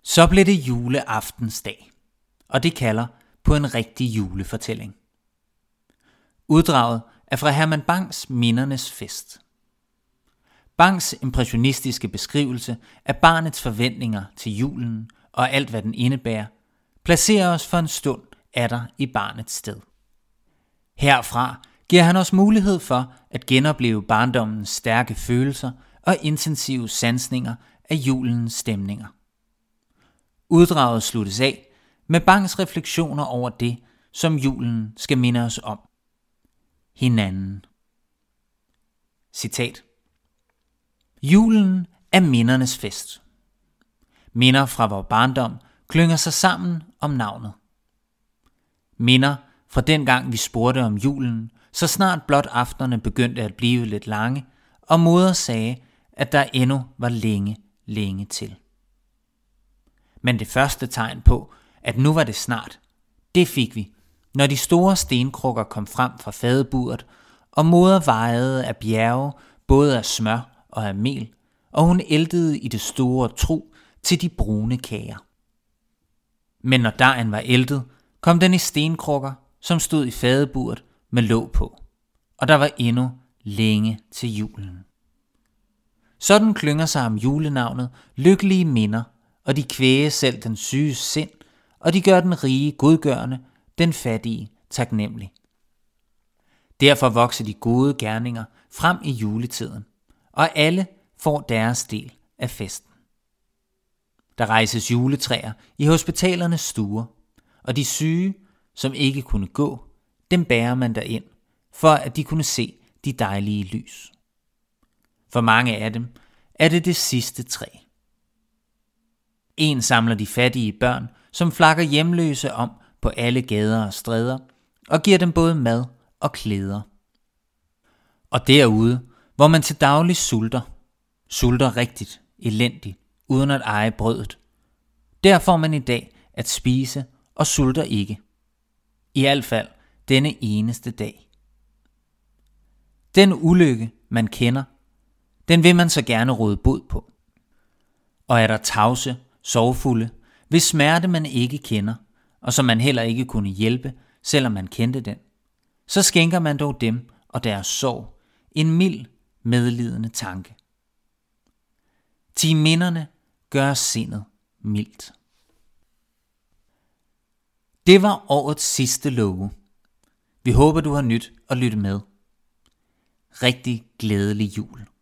Så blev det juleaftensdag, og det kalder på en rigtig julefortælling. Uddraget er fra Herman Bangs Mindernes Fest. Bangs impressionistiske beskrivelse af barnets forventninger til julen og alt hvad den indebærer, placerer os for en stund atter i barnets sted. Herfra giver han os mulighed for at genopleve barndommens stærke følelser og intensive sansninger af julens stemninger. Uddraget sluttes af med Bangs refleksioner over det, som julen skal minde os om. Hinanden. Citat. Julen er mindernes fest. Minder fra vor barndom klynger sig sammen om navnet. Minder fra dengang vi spurgte om julen, så snart blot aftenerne begyndte at blive lidt lange, og moder sagde, at der endnu var længe til. Men det første tegn på, at nu var det snart, det fik vi, når de store stenkrukker kom frem fra fadeburet, og moder vejede af bjerge, både af smør og af mel, og hun æltede i det store tru til de brune kager. Men når dejen var æltet, kom den i stenkrukker, som stod i fadeburet med låg på, og der var endnu længe til julen. Sådan klynger sig om julenavnet lykkelige minder, og de kvæger selv den syge sind, og de gør den rige godgørende, den fattige taknemmelig. Derfor vokser de gode gerninger frem i juletiden, og alle får deres del af festen. Der rejses juletræer i hospitalernes stuer, og de syge, som ikke kunne gå, dem bærer man derind, for at de kunne se de dejlige lys. For mange af dem er det sidste træ. En samler de fattige børn, som flakker hjemløse om på alle gader og stræder, og giver dem både mad og klæder. Og derude, hvor man til daglig sulter rigtigt, elendigt, uden at eje brødet, der får man i dag at spise og sulter ikke. I alt fald denne eneste dag. Den ulykke, man kender, den vil man så gerne råde bod på. Og er der tavse, sorgfulde, hvis smerte man ikke kender, og som man heller ikke kunne hjælpe, selvom man kendte den, så skænker man dog dem og deres sorg en mild, medlidende tanke. Ti minderne gør sindet mildt. Det var årets sidste låge. Vi håber, du har nydt at lytte med. Rigtig glædelig jul.